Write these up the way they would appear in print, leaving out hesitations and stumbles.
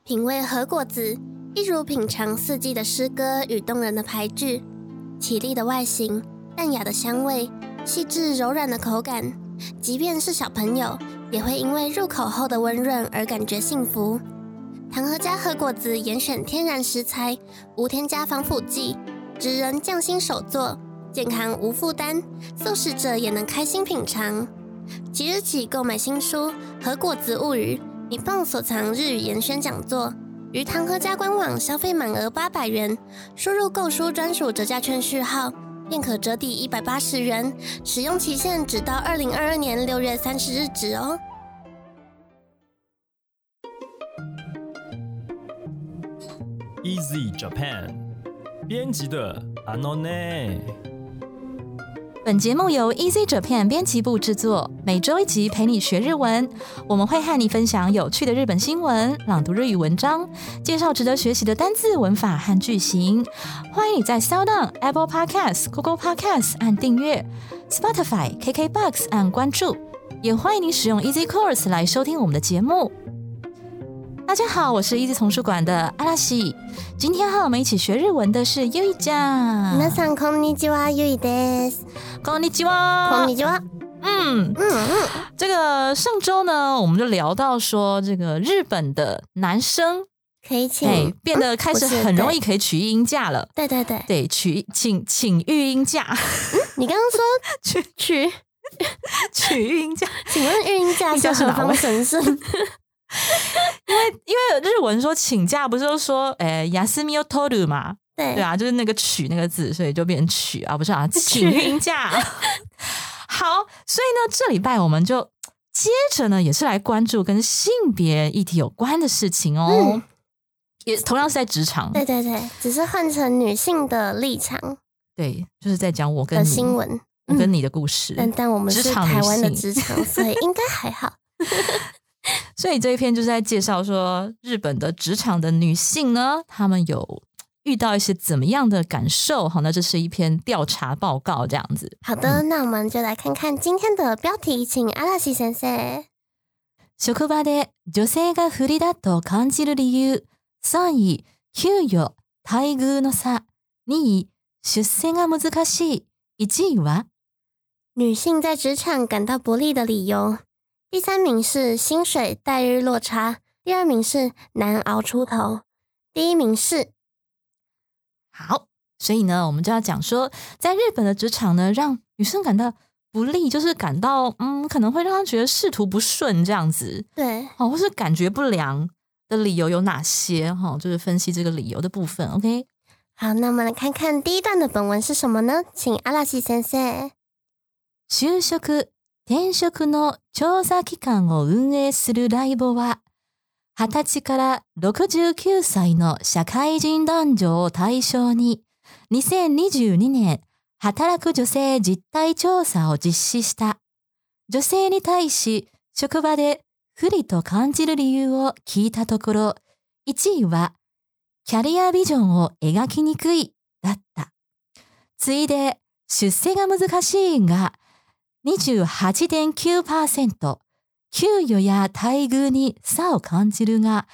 品味和果子，一如品尝四季的诗歌与动人的牌句。绮丽的外形，淡雅的香味，细致柔软的口感，即便是小朋友也会因为入口后的温润而感觉幸福。糖和家和果子严选天然食材，无添加防腐剂，职人匠心手作，健康无负担，素食者也能开心品尝。即日起购买新书《和果子物语》你棒所藏日语研宣讲座，于糖和家官网消费满额800元，输入购书专属折价券序号，便可折抵180元，使用期限直到2022年6月30日止哦。 Easy Japan 编辑的 Anone。 本节目由 Easy Japan 编辑部制作，每周一集陪你学日文。我们会和你分享有趣的日本新闻，朗读日语文章，介绍值得学习的单字、文法和句型。欢迎你在 SoundOn、Apple Podcasts、Google Podcasts 按订阅， Spotify、KKBox 按关注，也欢迎你使用 Easy Course 来收听我们的节目。大家好，我是 Easy 丛书馆的阿拉西。今天和我们一起学日文的是ゆいちゃん。 皆さんこんにちは、ゆいです。 こんにちは。 こんにちは。 这个上周呢，我们就聊到说，这个日本的男生可以请变得开始很容易可以取育婴假了。 对对对， 对，请育婴假。 你刚刚说取育婴假， 请问育婴假是何方神圣？ 因为日文说请假不是就说休みを取る嘛？对啊，就是那个取那个字，所以就变成取啊，不是啊，请育婴假。好，所以呢，这礼拜我们就接着呢，也是来关注跟性别议题有关的事情哦。也同样是在职场， 对对对，只是换成女性的立场。 对，就是在讲我跟你的新闻， 我跟你的故事。 但我们是台湾的职场，所以应该还好。 所以这一篇就是在介绍说，日本的职场的女性呢，她们有遇到一些怎么样的感受。好，那这是一篇調查報告这样子。 好的，那我们就来看看今天的標題，請阿拉西先生。 職場で女性が不利だと感じる理由。3位、給与、待遇の差。2位、出世が難しい。1位は女性在职场感到不利的理由。第3名是薪水待遇落差，第2名是难熬出头，第1名是。 好，所以呢，我们就要讲说，在日本的职场呢，让女生感到不利，就是感到可能会让她觉得仕途不顺这样子。 对， 或是感觉不良的理由有哪些？就是分析这个理由的部分。OK， 好，那我们来看看第一段的本文是什么呢？请阿拉西先生。 就職転職の調査機関を運営するライボは、20歳から69歳の社会人男女を対象に、2022年働く女性実態調査を実施した。女性に対し、職場で不利と感じる理由を聞いたところ、1位は、キャリアビジョンを描きにくいだった。次いで、出世が難しいが、28.9%、給与や待遇に差を感じるが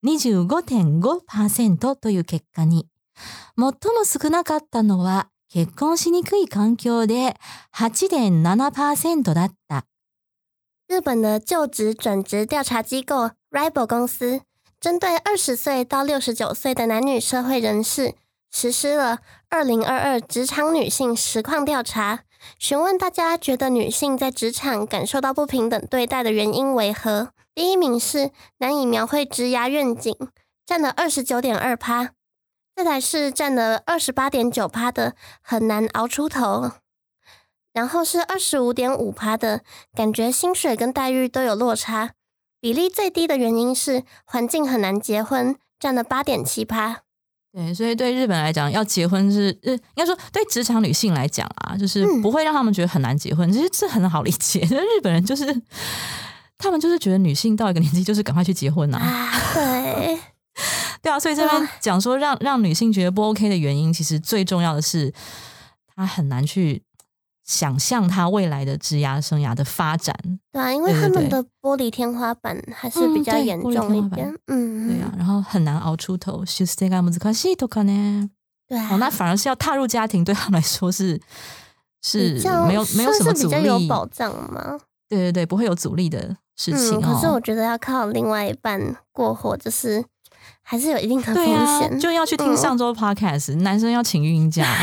25.5% という結果に、最も少なかったのは結婚しにくい環境で 8.7% だった。 日本的就职转职调查机构 RIBO 公司针对20岁到69岁的男女社会人士实施了2022职场女性实况调查，询问大家觉得女性在职场感受到不平等对待的原因为何。第1名是难以描绘职涯愿景，占了 29.2%， 再来是占了 28.9% 的很难熬出头，然后是 25.5% 的感觉薪水跟待遇都有落差，比例最低的原因是环境很难结婚，占了 8.7%。 对，所以对日本来讲，要结婚是应该说对职场女性来讲啊，就是不会让他们觉得很难结婚，其实这很好理解。日本人就是他们就是觉得女性到一个年纪就是赶快去结婚啊。 对， 对啊，所以这边讲说让女性觉得不 OK 的原因，其实最重要的是她很难去想象她未来的职涯生涯的发展。 对啊，因为他们的玻璃天花板还是比较严重一点。 对啊，然后很难熬出头。出世が難しいとかね。 对啊， 那反而是要踏入家庭，对他们来说是没有什么算是阻力， 比较有保障吗？ 对对对，不会有阻力的事情。 可是我觉得要靠另外一半过活，就是还是有一定的风险。 就要去听上周 podcast，男生要请育婴假，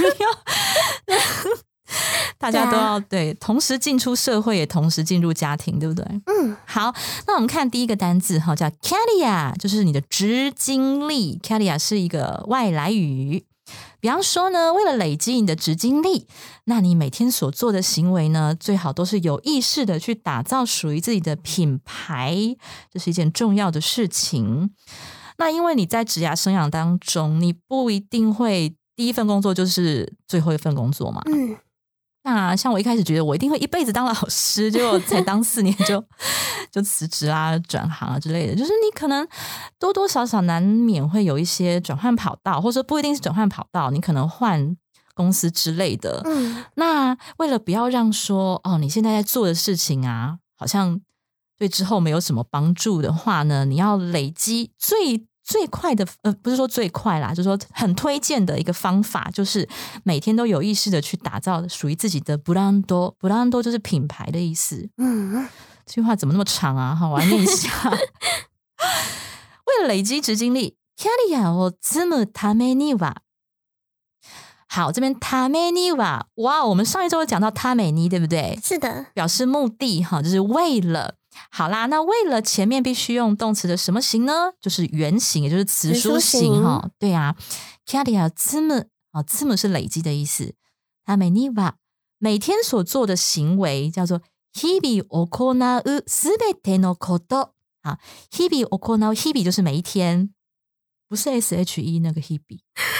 大家都要对，同时进出社会，也同时进入家庭，对不对？好，那我们看第一个单字哈，叫 Calia， 就是你的执精力。Calia 是一个外来语。比方说呢，为了累积你的执精力，那你每天所做的行为呢，最好都是有意识的去打造属于自己的品牌，这是一件重要的事情。那因为你在职涯生涯当中，你不一定会第一份工作就是最后一份工作嘛。那像我一开始觉得我一定会一辈子当老师，结果才当4年就辞职啊、转行啊之类的。就是你可能多多少少难免会有一些转换跑道，或者说不一定是转换跑道，你可能换公司之类的。那为了不要让说你现在在做的事情啊，好像对之后没有什么帮助的话呢，你要累积最快的不是说最快啦，就是说很推荐的一个方法，就是每天都有意识的去打造属于自己的ブランド。ブランド就是品牌的意思。这句话怎么那么长啊？好，我来念一下。为了累积执精力，キャリアを積むためには。好，这边ためには，哇，我们上一周有讲到ために，对不对？ 是的， 表示目的哈，就是为了。好啦，那为了前面必须用动词的什么形呢？就是原形，也就是词书形哈。对啊，キャリア積む，積む是累積的意思。ためには每天所做的行為叫做日々行うすべてのこと。好，日々行う，日々就是每一天，不是 SHE 那个日々。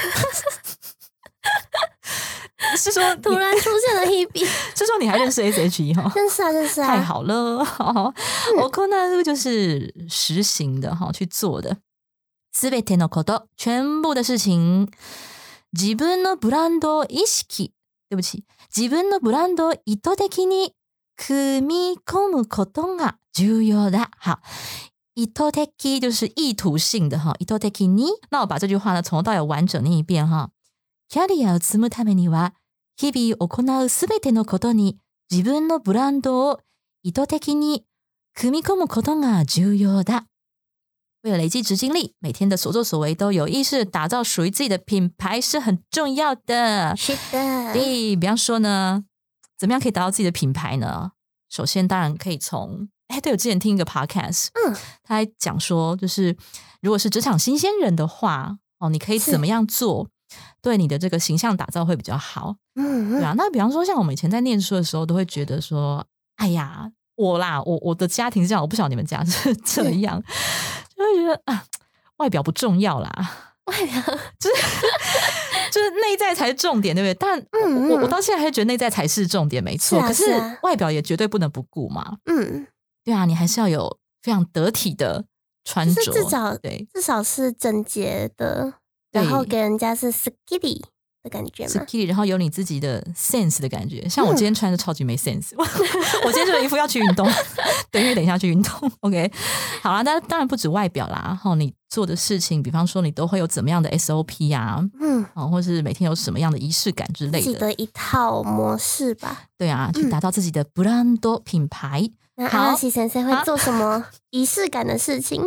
是说突然出现了 Hebe， 是说你还认识 SHE 哈？ 认识啊， 太好了。行う就是实行的哈，去做的。すべてのこと，全部的事情。自分のブランドを意識，对不起，自分のブランドを意図的に組み込むことが重要だ。好。意図的就是意图性的哈，意図的に。那我把这句话呢从头到尾完整念一遍哈。キャリアを積むためには日々行うすべてのことに自分のブランドを意図的に組み込むことが重要だ。为了累积执精力，每天的所作所为都有意识打造属于自己的品牌是很重要的。 是的， 对，比方说呢，怎么样可以达到自己的品牌呢？首先当然可以从对，我之前听一个 podcast，他还讲说，就是如果是职场新鲜人的话，你可以怎么样做，对你的这个形象打造会比较好。对啊，那比方说像我们以前在念书的时候，都会觉得说，哎呀，我的家庭是这样，我不晓得你们家是这样，就会觉得外表不重要啦， 外表就是内在才是重点，对不对？但我到现在还是觉得内在才是重点，没错。可是外表也绝对不能不顾嘛。对啊，你还是要有非常得体的穿着， 至少是整洁的，然后给人家是 skitty 的感觉嘛 skitty， 然后有你自己的 sense 的感觉。像我今天穿的超级没 sense，我今天这个衣服要去运动，对，因为等一下去运动。OK， 好啦，但当然不止外表啦，你做的事情，比方说你都会有怎么样的 SOP 啊，或是每天有什么样的仪式感之类的， 自己的一套模式吧。 对啊，去打造自己的ブランド品牌。 那阿拉西先生会做什么仪式感的事情？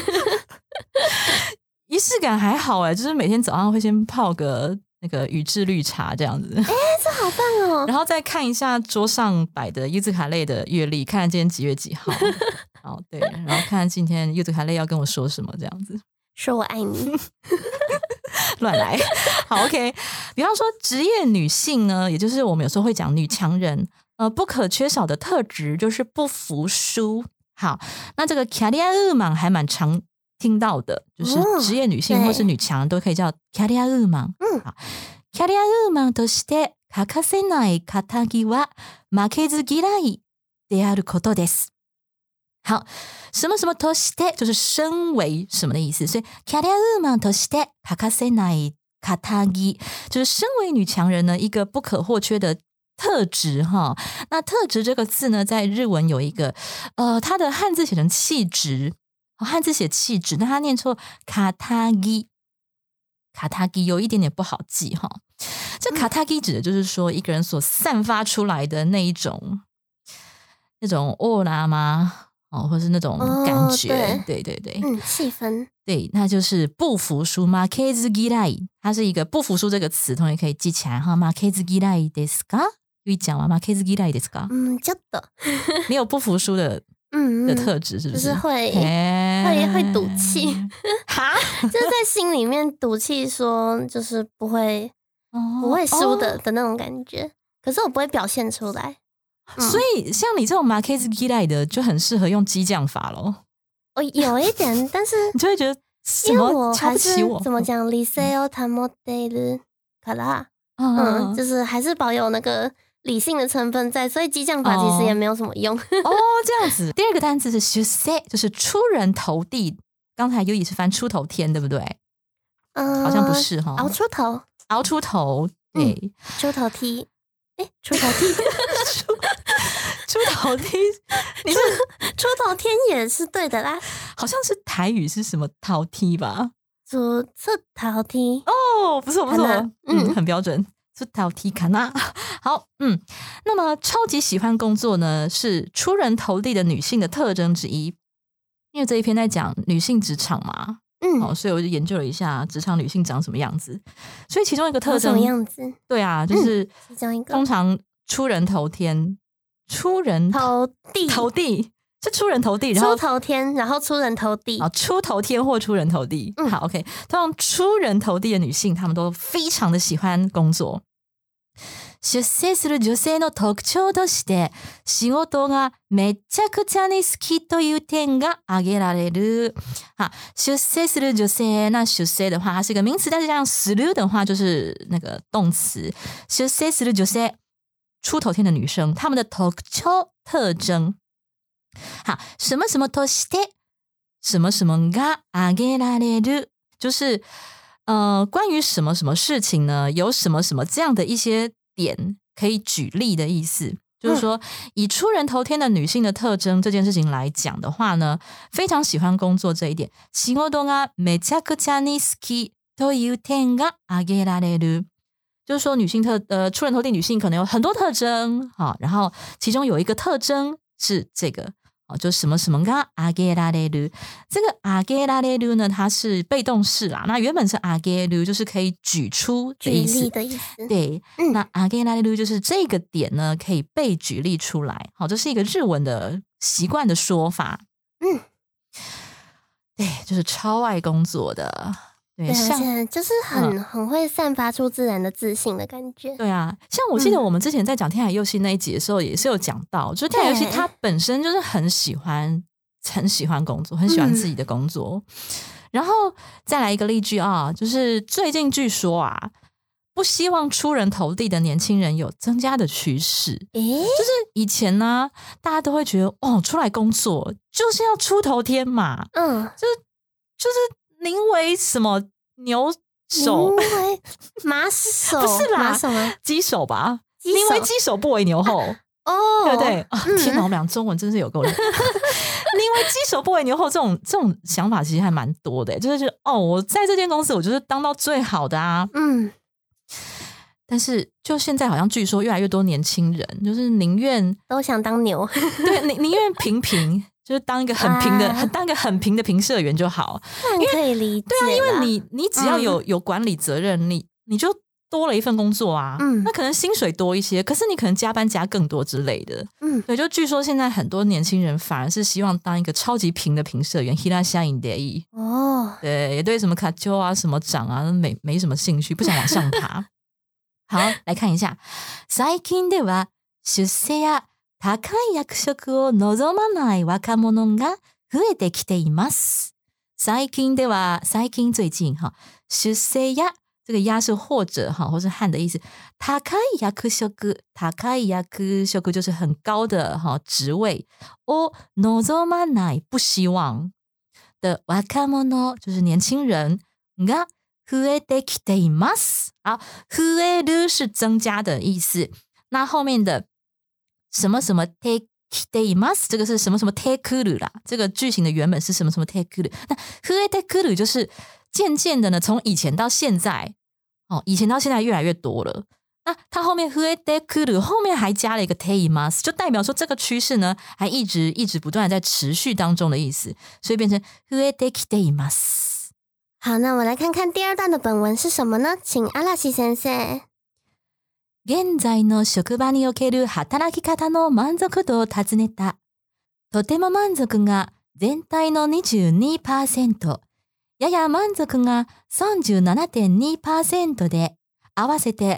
仪式感还好就是每天早上会先泡个那个宇治绿茶这样子。 这好棒哦！ 然后再看一下桌上摆的柚子卡类的月历，看看今天几月几号。对，然后看看今天柚子卡类要跟我说什么这样子。 说我爱你。 乱来。好 OK， 比方说职业女性呢，也就是我们有时候会讲女强人，不可缺少的特质就是不服输。好，那这个キャリアウーマン还蛮常听到的，就是职業女性或是女強人都可以叫キャリアウーマン。キャリアウーマンとして欠かせない肩着は負けず嫌いであることです。好，什么什么として就是身为什么的意思，所以キャリアウーマンとして欠かせない肩着就是身为女強人呢一个不可或缺的特质哈。那特质这个字呢，在日文有一个它的汉字写成气质。 汉字写气质，但它念错卡塔基，卡塔基有一点点不好记哈。这卡塔基指的就是说一个人所散发出来的那种oura吗？或是那种感觉，对， 气氛， 对，那就是不服输。負けず嫌い，它是一个不服输这个词，同学可以记起来哈。負けず嫌いですか？有一讲吗？負けず嫌いですか？ ちょっと， 你有不服输的特质是不是？ 就是会赌气， 哈， 就是在心里面赌气，说就是不会输的那种感觉。可是我不会表现出来。 所以像你这种負けず嫌い的就很适合用激将法咯。 有一点，但是你就会觉得什么瞧不起我？ 怎么讲？理性を保っているから，就是还是保有那个理性的成分在，所以激将法其实也没有什么用。 这样子。第二个单词是出世，就是出人头地。刚才优以是翻出头天，对不对？好像不是哈。熬出头，对， 出头梯。出头梯， 出头梯，你是出头天也是对的啦。 好像是台语是什么头梯吧？ 出头梯不错，很标准。出头梯卡纳，好，那么超级喜欢工作呢，是出人头地的女性的特征之一。因为这一篇在讲女性职场嘛。所以我就研究了一下职场女性长什么样子，所以其中一个特征， 什么样子？ 对啊，就是其中一个通常出人头天，出人头地是出人头地，然后出头天，然后出人头地， 出头天或出人头地。好 ，OK， 通常出人头地的女性，她们都非常的喜欢工作。出世する女性の特徴として仕事がめちゃくちゃに好きという点が挙げられる。出世する女性，那出世的话它是一个名词，但是这样する的话就是那个动词。出世する女性，出头天的女生，她们的特徴特征。好，什么什么として什么什么が挙げられる，就是关于什么什么事情呢，有什么什么这样的一些点可以举例的意思。就是说以出人头天的女性的特征这件事情来讲的话呢，非常喜欢工作这一点。仕事がめちゃくちゃに好きという点が挙げられる，就是说女性出人头地女性可能有很多特征，然后其中有一个特征是这个，就是什么什么が挙げられる。这个挙げられる呢，它是被动式啦。那原本是挙げる，就是可以举出的意思。 举例的意思。 对，那挙げられる就是这个点呢可以被举例出来。好，这是一个日文的习惯的说法。对，就是超爱工作的。对， 而且就是很会散发出自然的自信的感觉。 对啊，像我记得我们之前在讲天海佑希那一集的时候，也是有讲到，就是天海佑希他本身就是很喜欢工作，很喜欢自己的工作。然后再来一个例句啊，就是最近据说啊，不希望出人头地的年轻人有增加的趋势。就是以前呢，大家都会觉得出来工作就是要出头天嘛，就是宁为什么牛手？ 宁为马首？ 不是啦， 马首吗？ 鸡手吧？宁为鸡手不为牛后。对不对？天哪，我们俩中文真是有够厉害。宁为鸡手不为牛后，这种想法其实还蛮多的，就是我在这间公司我就是当到最好的啊。但是就现在好像据说越来越多年轻人就是宁愿都想当牛， 对，宁愿平。就是当一个很平的，当一个很平的评社员就好， 那可以理解。 对啊，因为你只要有管理责任，你就多了一份工作啊。那可能薪水多一些，可是你可能加班加更多之类的。对，就据说现在很多年轻人反而是希望当一个超级平的评社员，希拉夏影得意。对，也对什么卡丘啊、什么长啊没什么兴趣，不想往上爬。好，来看一下，最近では出世や高い役職を望まない若者が増えてきています。最近では最近最近出世や这个や是或者或是和的意思。高い役職，高い役職就是很高的职位。を望まない不希望的若者就是年轻人が増えてきています。好，増える是增加的意思。那后面的什么什么て来ています这个是什么什么てくる啦，这个句型的原本是什么什么てくる。那増えてくる就是渐渐的呢，从以前到现在，以前到现在越来越多了。那它后面増えてくる后面还加了一个ています，就代表说这个趋势呢还一直不断的在持续当中的意思，所以变成増えてきています。 好，那我来看看第二段的本文是什么呢？请阿拉西先生。 現在の職場における働き方の満足度を尋ねた。とても満足が全体の 22%、やや満足が 37.2% で、合わせて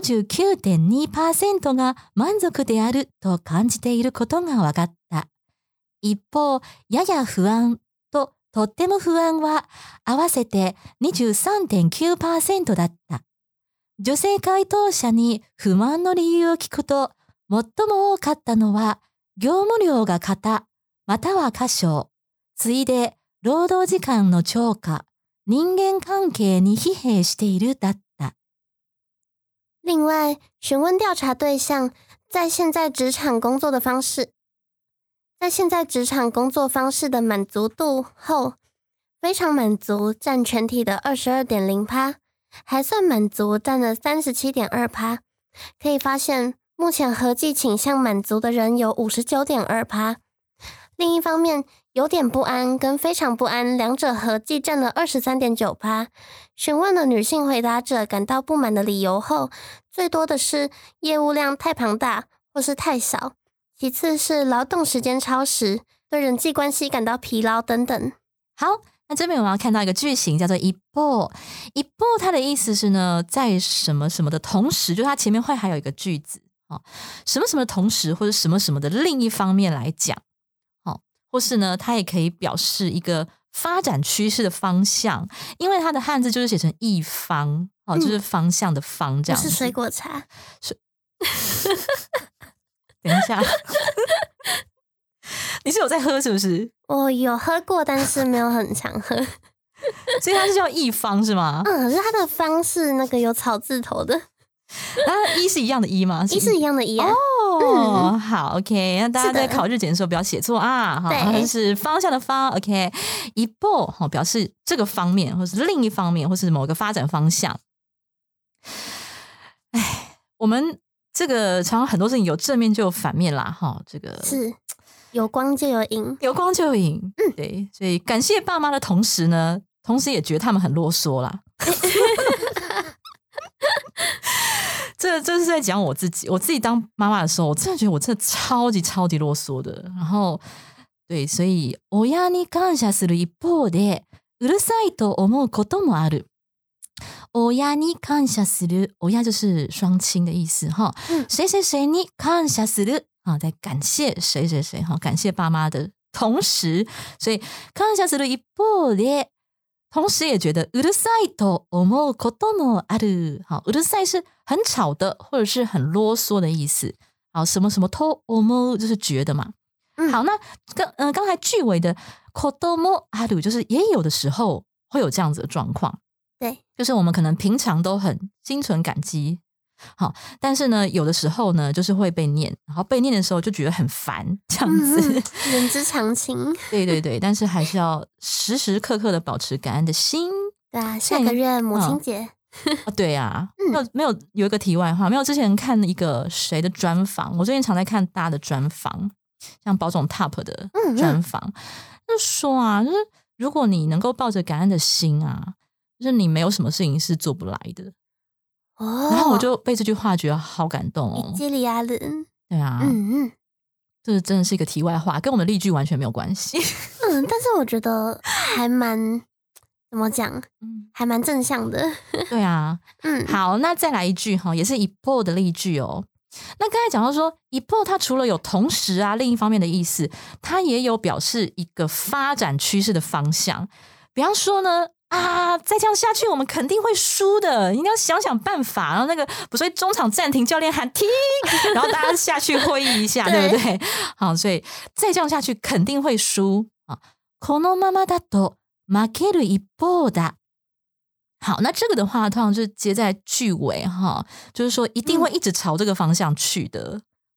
59.2% が満足であると感じていることが分かった。一方、やや不安ととっても不安は合わせて 23.9% だった。女性回答者に不満の理由を聞くと、最も多かったのは、業務量が過多、または過少、次いで労働時間の超過、人間関係に疲弊しているだった。 另外，询问调查对象在现在职场工作的方式，在现在职场工作方式的满足度后，非常满足占全体的 22.0%。还算满足占了 37.2%， 可以发现目前合计倾向满足的人有 59.2%。 另一方面，有点不安跟非常不安两者合计占了 23.9%。 询问了女性回答者感到不满的理由后，最多的是业务量太庞大或是太少，其次是劳动时间超时，对人际关系感到疲劳等等。 好，那这边我们要看到一个句型叫做一方，一方它的意思是呢，在什么什么的同时，就它前面会还有一个句子，什么什么的同时或者什么什么的另一方面来讲，或是呢它也可以表示一个发展趋势的方向，因为它的汉字就是写成一方，就是方向的方这样子。 是水果茶。 等一下你是有在喝是不是？ 我有喝过，但是没有很常喝。 所以它是叫一方是吗？ 可是它的方是那个有草字头的。 一是一样的一吗？ 一是一样的一啊。 好 OK， 那大家在考日检的时候不要写错啊。好，它是方向的方 OK， 一方表示这个方面或是另一方面或是某个发展方向。我们这个常常很多事情有正面就有反面啦，这个是有光就有影， 有光就有影。对，所以感谢爸妈的同时呢，同时也觉得他们很啰嗦啦。这是在讲我自己，我自己当妈妈的时候，我真的觉得我真的超级超级啰嗦的。然后，对，所以親に感謝する一方で、うるさいと思うこともある。親に感謝する，親就是双亲的意思哈。谁谁谁に感謝する在感谢谁谁谁感谢爸妈的同时，所以感謝する一方で。同时也觉得うるさいと思うこともある。好，うるさい是很吵的或者是很啰嗦的意思。好，什么什么と思う就是觉得嘛。好，那刚才句尾的こともある就是也有的时候会有这样子的状况。 对， 就是我们可能平常都很心存感激。好，但是呢，有的时候呢，就是会被念，然后被念的时候就觉得很烦，这样子， 人之常情。 对对对，但是还是要时时刻刻的保持感恩的心。 对啊，下个月母亲节。 对啊，有一个题外话，没有之前看一个谁的专访，我最近常在看大家的专访，像宝总 Top 的专访，就说啊，就是如果你能够抱着感恩的心啊，就是你没有什么事情是做不来的。然后我就被这句话觉得好感动哦。 基里亚人。 对啊，这真的是一个题外话，跟我们的例句完全没有关系。 但是我觉得还蛮怎么讲，还蛮正向的。 对啊，好，那再来一句也是一方的例句哦。那刚才讲到说一方它除了有同时啊另一方面的意思，它也有表示一个发展趋势的方向。比方说呢再这样下去我们肯定会输的，一定要想想办法。然后那个不是会中场暂停，教练喊停，然后大家下去会议一下对不对？好，所以再这样下去肯定会输。このままだと負ける一方だ。好，那这个的话通常就是接在句尾就是说一定会一直朝这个方向去的。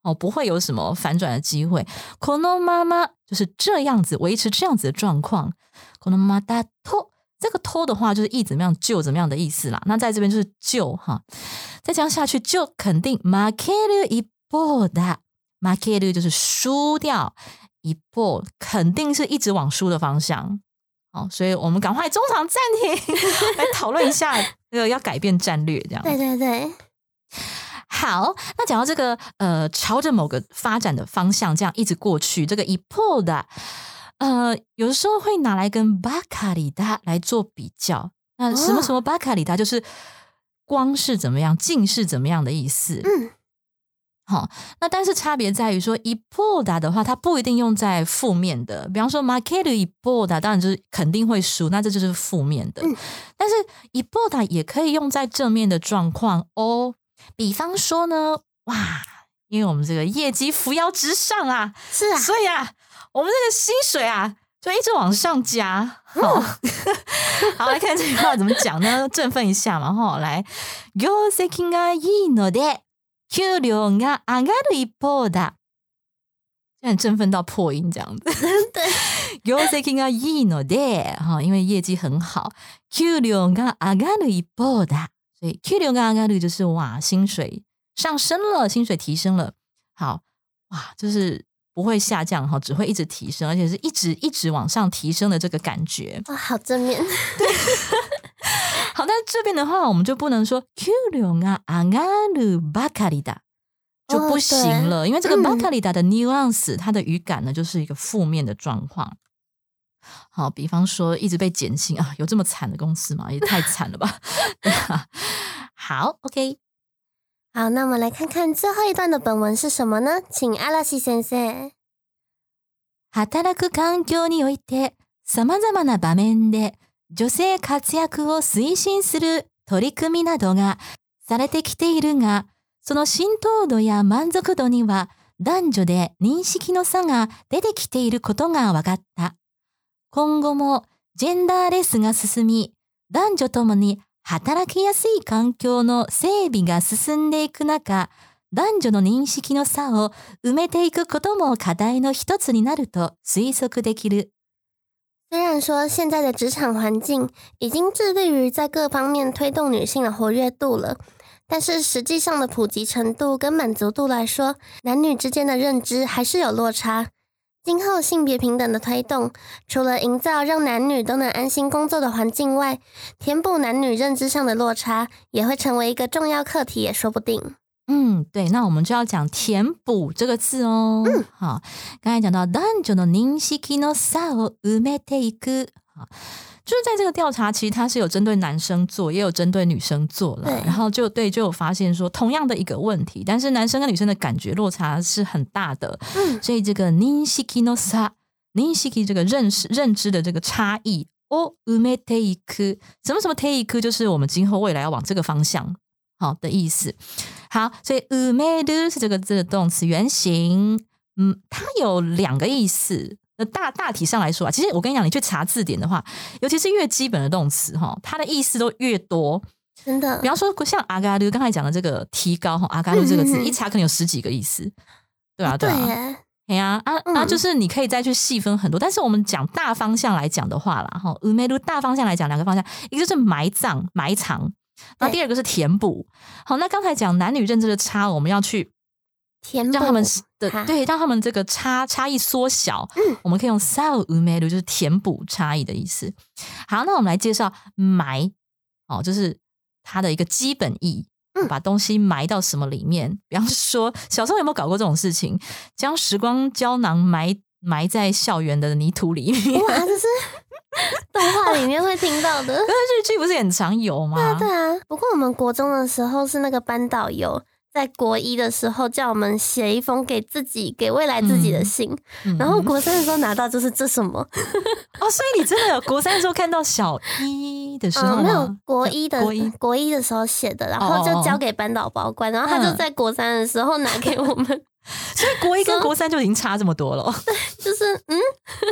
不会有什么反转的机会。このまま就是这样子，维持这样子的状况。このままだと这个と的话就是意怎么样就怎么样的意思啦。那在这边就是就哈，再这样下去就肯定負ける一方だ。負ける就是输掉，一方肯定是一直往输的方向。好，所以我们赶快中场暂停，来讨论一下这个要改变战略这样。 对对对。 好，那讲到这个朝着某个发展的方向这样一直过去，这个一方的有的時候会拿来跟ばかりだ来做比較。那什么什么ばかりだ就是光是怎么样，尽是怎么样的意思。好，那但是差别在于说一方だ的话，它不一定用在负面的。比方说負ける一方だ当然就是肯定会输，那这就是负面的。但是一方だ也可以用在正面的状况哦。比方说呢，哇，因为我们这个业绩扶摇直上啊， 是啊， 所以啊，我们这个薪水啊就一直往上加。好，好，来看这句话怎么讲呢？振奋一下嘛，哈，来，業績がいいので給料が上がる一方だ。现在振奋到破音这样子。 对， 業績がいいので，哈，因为业绩很好，給料が上がる一方だ。所以給料が上がる就是哇，薪水上升了，薪水提升了。好，哇，就是不会下降哈，只会一直提升，而且是一直往上提升的这个感觉。 哇，好正面。 对。好，但这边的话，我们就不能说給料が上がるばかりだ就不行了，因为这个ばかりだ的 nuance，它的语感呢就是一个负面的状况。好，比方说一直被减薪啊，有这么惨的公司吗？也太惨了吧。对啊。好 ，OK。 好，那我们来看看最后一段的本文是什么呢？请阿拉西先生。 働く環境において様々な場面で女性活躍を推進する取り組みなどがされてきているが、その浸透度や満足度には男女で認識の差が出てきていることが分かった。今後もジェンダーレスが進み、男女ともに働きやすい環境の整備が進んでいく中、男女の認識の差を埋めていくことも課題の一つになると推測できる。 虽然说现在的职场环境已经致力于在各方面推动女性的活跃度了，但是实际上的普及程度跟满足度来说，男女之间的认知还是有落差。今后性别平等的推动，除了营造让男女都能安心工作的环境外，填补男女认知上的落差，也会成为一个重要课题也说不定。 对，那我们就要讲填补这个字哦。好，刚才讲到男女の認識の差を埋めていく。好，就是在这个调查，其实它是有针对男生做，也有针对女生做了。然后就有发现说，同样的一个问题，但是男生跟女生的感觉落差是很大的。所以这个認識の差，認識这个认知的这个差异を埋めていく，什么什么ていく，就是我们今后未来要往这个方向。好的意思。好，所以埋める是这个字的动词原形。它有两个意思。大体上来说啊，其实我跟你讲，你去查字典的话，尤其是越基本的动词哈，它的意思都越多。 真的。 比方说像阿嘎鲁刚才讲的这个提高哈，阿嘎鲁这个字一查可能有10几个意思。对啊，对啊。对啊，就是你可以再去细分很多，但是我们讲大方向来讲的话啦，哈，埋める大方向来讲两个方向，一个就是埋藏、埋藏，然后第二个是填补。好，那刚才讲男女认知的差，我们要去填补， 让他们的对，让他们这个差异缩小。我们可以用差を埋める，就是填补差异的意思。好，那我们来介绍埋，就是它的一个基本意。把东西埋到什么里面？比方说，小时候有没有搞过这种事情？将时光胶囊埋在校园的泥土里面。 哇，这是动画里面会听到的。 可是日剧不是也很常有吗？ 对啊。不过我们国中的时候是那个班导游在国一的时候叫我们写一封给未来自己的信，然后国3的时候拿到就是这什么。 所以你真的有国3的时候看到小一的时候吗？ 没有，国一的时候写的，然后就交给班导保管，然后他就在国3的时候拿给我们。 所以国1跟国3就已经差这么多了。 对，就是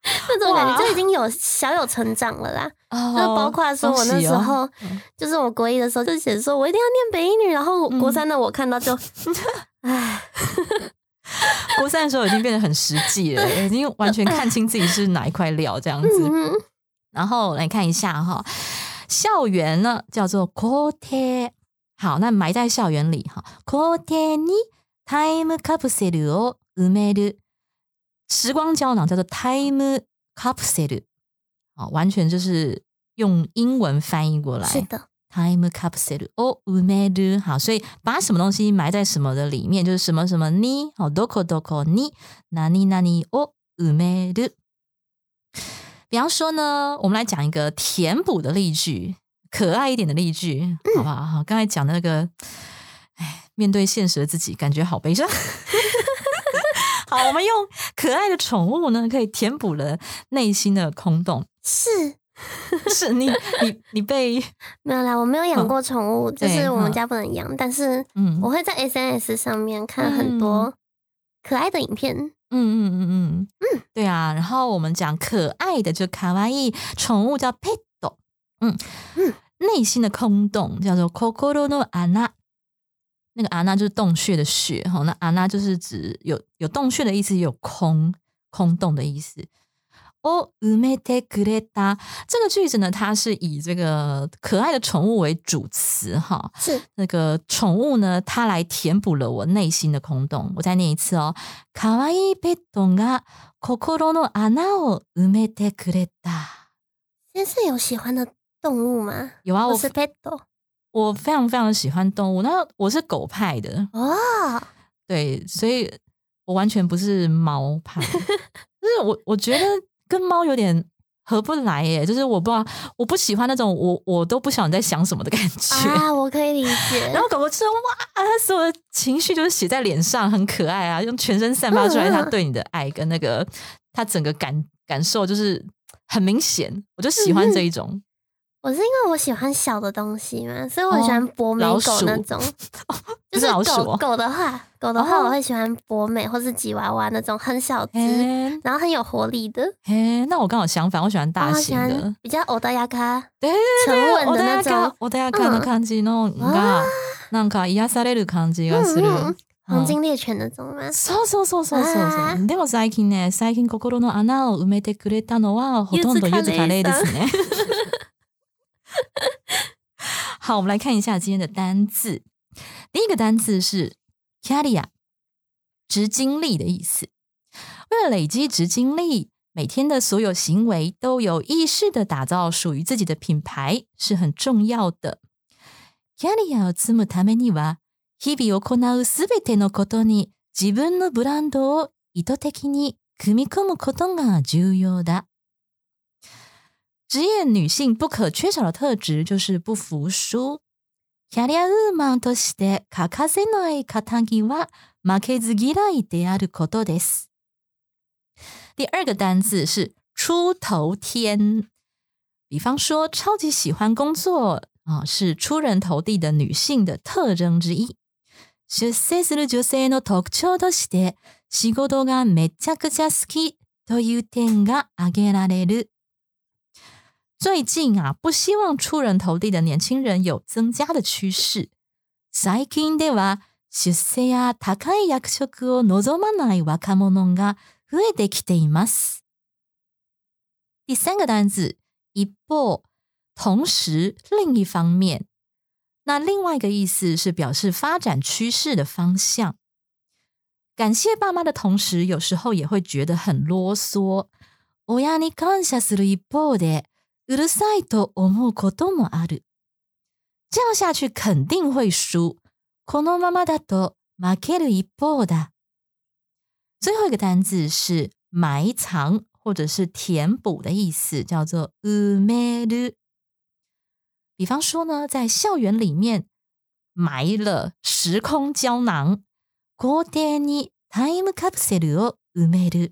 那种感觉就已经小有成长了啦。就包括说我那时候，就是我国一的时候就写说我一定要念北一女，然后国三的我看到就，唉。 国三的时候已经变得很实际了，已经完全看清自己是哪一块料这样子。然后来看一下哈，校园呢叫做校庭。好，那埋在校园里哈，校庭にタイムカプセルを埋める。时光胶囊叫做 time capsule， 完全就是用英文翻译过来。 是的。 time capsule を埋める。好，所以把什么东西埋在什么的里面，就是什么什么に、どこどこに何々を埋める。比方说呢，我们来讲一个填补的例句，可爱一点的例句，好不好？刚才讲的那个，面对现实的自己，感觉好悲伤。好，我们用可爱的宠物呢，可以填补了内心的空洞。是你被没有啦，我没有养过宠物，就是我们家不能养，但是我会在 SNS 上面看很多可爱的影片。对啊，然后我们讲可爱的就卡哇伊，宠物叫 pet， 内心的空洞叫做 kokoro no ana， 那个 ana 就是洞穴的穴，那 ana 就是指有洞穴的意思，也有空洞的意思。哦，埋めてくれた这个句子呢，它是以这个可爱的宠物为主词哈， 是那个宠物呢，它来填补了我内心的空洞。我再念一次哦，可愛いペットが心の穴を埋めてくれた。 先生有喜欢的动物吗？ 有啊， 我是 pet， 我非常非常喜欢动物，那我是狗派的哦， 对，所以我完全不是猫派，就是我觉得。跟猫有点合不来耶，就是我不知道，我不喜欢那种我都不晓得你在想什么的感觉啊，我可以理解。 然后狗狗就是哇，它所有的情绪就是写在脸上，很可爱啊，用全身散发出来它对你的爱跟那个它整个感受就是很明显，我就喜欢这一种。 我是因为我喜欢小的东西嘛，所以我很喜欢博美狗那种。就是狗的话，我会喜欢博美或是吉娃娃那种很小只，然后很有活力的。 那我刚好相反，我喜欢大型的， 比较穏やか、 沉稳的那种。 穏やかな感じのがなんか癒される感じがする。 黄金猎犬那種吗？ そう。でも最近心の穴を埋めてくれたのはほとんど柚子カレーですね。好，我们来看一下今天的单字。第一个单字是 carrier， 值经历的意思。为了累积值经历，每天的所有行为都有意識的打造属于自己的品牌是很重要的。キャリアを積むためには、日々行うすべてのことに自分のブランドを意図的に組み込むことが重要だ。职业女性不可缺少的特质就是不服输。キャリアウーマンとして欠かせない肩着は負けず嫌いであることです。第二个单字是出头天，比方说超级喜欢工作是出人头地的女性的特征之一。出世する女性の特徴として仕事がめちゃくちゃ好きという点が挙げられる。最近不希望出人头地的年轻人有增加的趋势。最近では出世や高い役職を望まない若者が増えてきています。第三个单字，一方，同时，另一方面。那另外一个意思是表示发展趋势的方向。感谢爸妈的同时，有时候也会觉得很啰嗦。親に感謝する一方で、うるさいと思うこともある。这样下去肯定会输。このままだと負ける一方だ。最后一个单字是埋藏或者是填补的意思，叫做埋める。比方说呢，在校园里面埋了时空胶囊。校庭にタイムカプセルを埋める。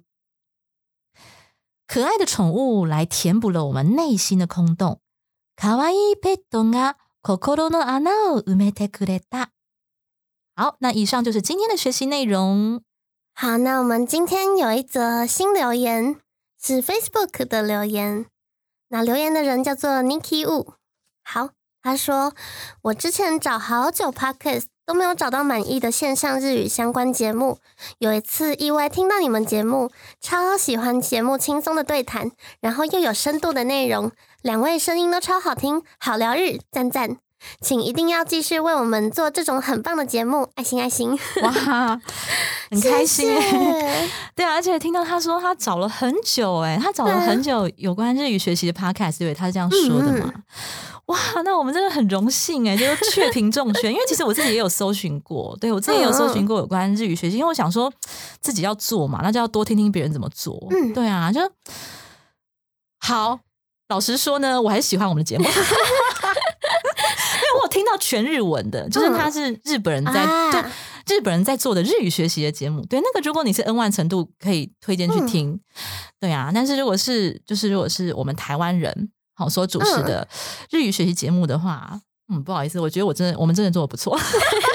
可爱的宠物来填補了我们内心的空洞。可愛いペットが心の穴を埋めてくれた。好，那以上就是今天的学习内容。 好，那我们今天有一则新留言， 是 Facebook 的留言。那留言的人叫做 Niki Wu。好，他说我之前找好久 Podcast 都没有找到满意的线上日语相关节目，有一次意外听到你们节目，超喜欢节目轻松的对谈，然后又有深度的内容，两位声音都超好听，好疗愈，赞赞。请一定要继续为我们做这种很棒的节目，爱心爱心。 哇，很开心耶。 谢谢对啊，而且听到他说他找了很久他找了很久有关日语学习的 podcast， 对，他是这样说的嘛。哇，那我们真的很荣幸就是确评中选。因为其实我自己也有搜寻过，对，我自己也有搜寻过有关日语学习，因为我想说自己要做嘛，那就要多听听别人怎么做。对啊，就好。老实说呢，我还是喜欢我们的节目。因为我听到全日文的，就是他是日本人在、对日本人在做的日语学习的节目。对，那个如果你是 N1 程度，可以推荐去听。对啊，但是如果是我们台湾人所主持的日语学习节目的话，不好意思，我觉得我们真的做得不错。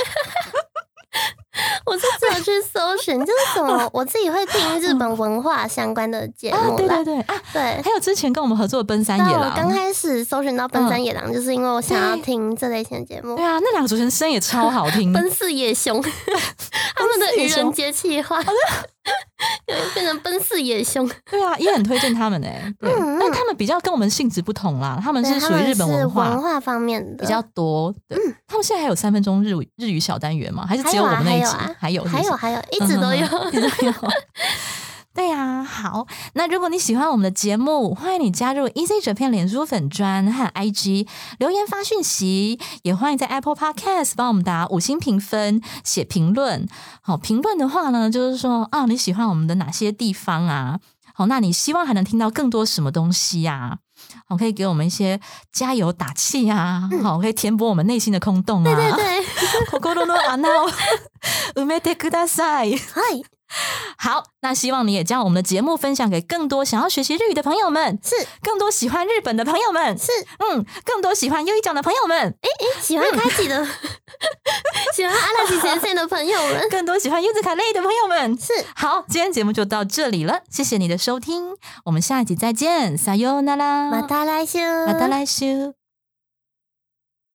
我是只有去搜寻，就是什么我自己会听日本文化相关的节目啦。 对对对对， 还有之前跟我们合作的奔山野狼。 我刚开始搜寻到奔山野狼，就是因为我想要听这类型的节目。 对啊，那两个主持人声也超好听。 奔四野熊，他们的愚人节企划变成奔四野熊。 对啊，也很推荐他们对，但他们比较跟我们性质不同啦，他们是属于日本文化方面的比较多。对，他们现在还有3分钟日语小单元吗？还是只有我们那一集？还有， 一直都有， 一直都有。对啊，好，那如果你喜欢我们的节目，欢迎你加入 Easy Japan 脸书粉专和 IG 留言发讯息，也欢迎在 Apple Podcast 帮我们打5星评分，写评论。好，评论的话呢，就是说你喜欢我们的哪些地方啊？好，那你希望还能听到更多什么东西啊？好，可以给我们一些加油打气啊！好，可以填补我们内心的空洞啊！ 对对对， 心の穴を埋めてください。好，那希望你也将我们的节目分享给更多想要学习日语的朋友们， 是更多喜欢日本的朋友们， 是更多喜欢优一讲的朋友们， 喜欢开启的，喜欢阿拉西先生的朋友们， 更多喜欢柚子卡类的朋友们， 是。 好，今天节目就到这里了，谢谢你的收听，我们下一集再见，さようなら， また来週。